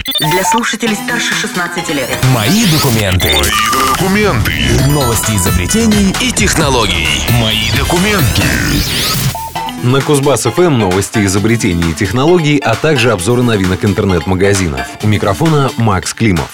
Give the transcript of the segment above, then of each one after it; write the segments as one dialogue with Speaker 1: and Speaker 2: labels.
Speaker 1: Для слушателей старше 16 лет.
Speaker 2: Мои документы. Новости изобретений и технологий. Мои документы.
Speaker 3: На Кузбасс-ФМ новости изобретений и технологий, а также обзоры новинок интернет-магазинов. У микрофона Макс Климов.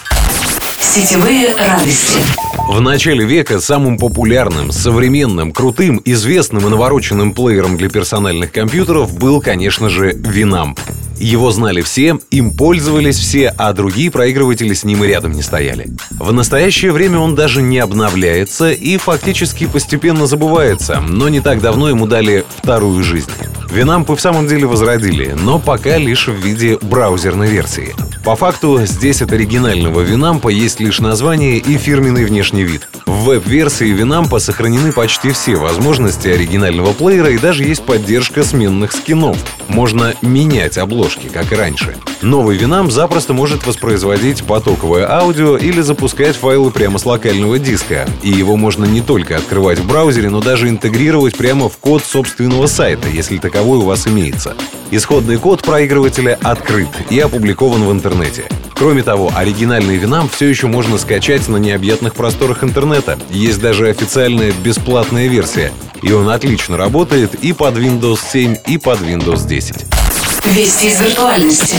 Speaker 1: Сетевые радости.
Speaker 3: В начале века самым популярным, современным, крутым, известным и навороченным плеером для персональных компьютеров был, конечно же, Winamp. Его знали все, им пользовались все, а другие проигрыватели с ним и рядом не стояли. В настоящее время он даже не обновляется и фактически постепенно забывается, но не так давно ему дали вторую жизнь. Winamp и в самом деле возродили, но пока лишь в виде браузерной версии. По факту, здесь от оригинального Winamp есть лишь название и фирменный внешний вид. В веб-версии Winamp сохранены почти все возможности оригинального плеера и даже есть поддержка сменных скинов. Можно менять обложки, как и раньше. Новый Winamp запросто может воспроизводить потоковое аудио или запускать файлы прямо с локального диска. И его можно не только открывать в браузере, но даже интегрировать прямо в код собственного сайта, если таковой у вас имеется. Исходный код проигрывателя открыт и опубликован в интернете. Кроме того, оригинальный Winamp все еще можно скачать на необъятных просторах интернета. Есть даже официальная бесплатная версия. И он отлично работает и под Windows 7, и под Windows 10.
Speaker 1: Вести из виртуальности.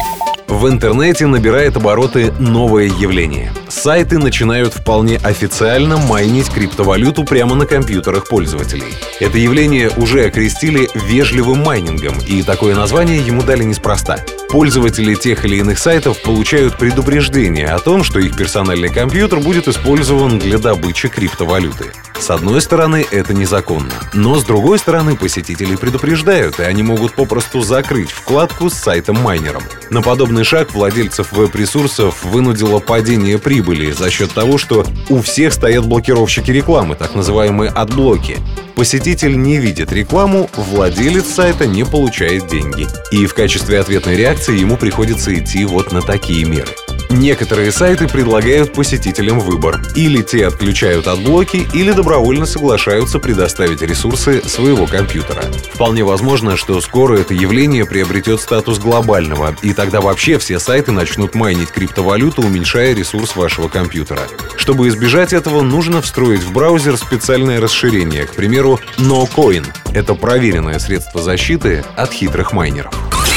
Speaker 3: В интернете набирает обороты новое явление. Сайты начинают вполне официально майнить криптовалюту прямо на компьютерах пользователей. Это явление уже окрестили вежливым майнингом, и такое название ему дали неспроста. Пользователи тех или иных сайтов получают предупреждение о том, что их персональный компьютер будет использован для добычи криптовалюты. С одной стороны, это незаконно, но с другой стороны, посетителей предупреждают, и они могут попросту закрыть вкладку с сайтом-майнером. На подобный шаг владельцев веб-ресурсов вынудило падение прибыли за счет того, что у всех стоят блокировщики рекламы, так называемые адблоки. Посетитель не видит рекламу, владелец сайта не получает деньги. И в качестве ответной реакции ему приходится идти вот на такие меры. Некоторые сайты предлагают посетителям выбор. Или те отключают адблоки, или добровольно соглашаются предоставить ресурсы своего компьютера. Вполне возможно, что скоро это явление приобретет статус глобального, и тогда вообще все сайты начнут майнить криптовалюту, уменьшая ресурс вашего компьютера. Чтобы избежать этого, нужно встроить в браузер специальное расширение, к примеру, NoCoin. Это проверенное средство защиты от хитрых майнеров.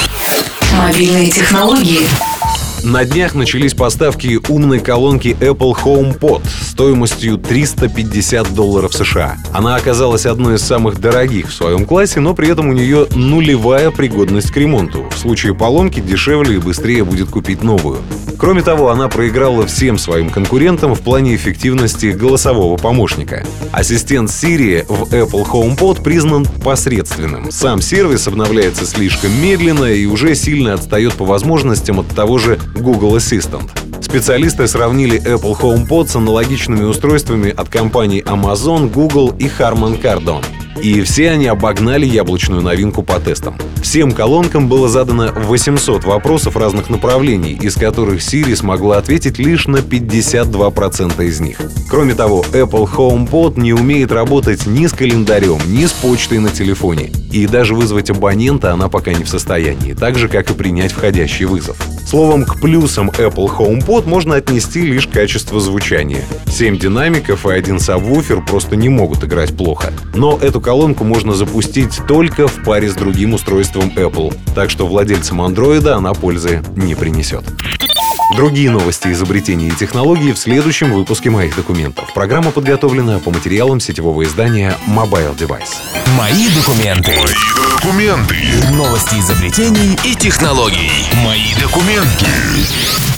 Speaker 1: Мобильные технологии.
Speaker 3: На днях начались поставки умной колонки Apple HomePod стоимостью $350 США. Она оказалась одной из самых дорогих в своем классе, но при этом у нее нулевая пригодность к ремонту. В случае поломки дешевле и быстрее будет купить новую. Кроме того, она проиграла всем своим конкурентам в плане эффективности голосового помощника. Ассистент Siri в Apple HomePod признан посредственным. Сам сервис обновляется слишком медленно и уже сильно отстает по возможностям от того же Google Assistant. Специалисты сравнили Apple HomePod с аналогичными устройствами от компаний Amazon, Google и Harman Kardon. И все они обогнали яблочную новинку по тестам. Всем колонкам было задано 800 вопросов разных направлений, из которых Siri смогла ответить лишь на 52% из них. Кроме того, Apple HomePod не умеет работать ни с календарем, ни с почтой на телефоне. И даже вызвать абонента она пока не в состоянии, так же, как и принять входящий вызов. Словом, к плюсам Apple HomePod можно отнести лишь качество звучания. 7 динамиков и 1 сабвуфер просто не могут играть плохо. Но эту колонку можно запустить только в паре с другим устройством Apple, так что владельцам Android она пользы не принесет. Другие новости изобретений и технологий в следующем выпуске «Моих документов». Программа подготовлена по материалам сетевого издания Mobile Device.
Speaker 2: Мои документы. Новости изобретений и технологий. Мои документы.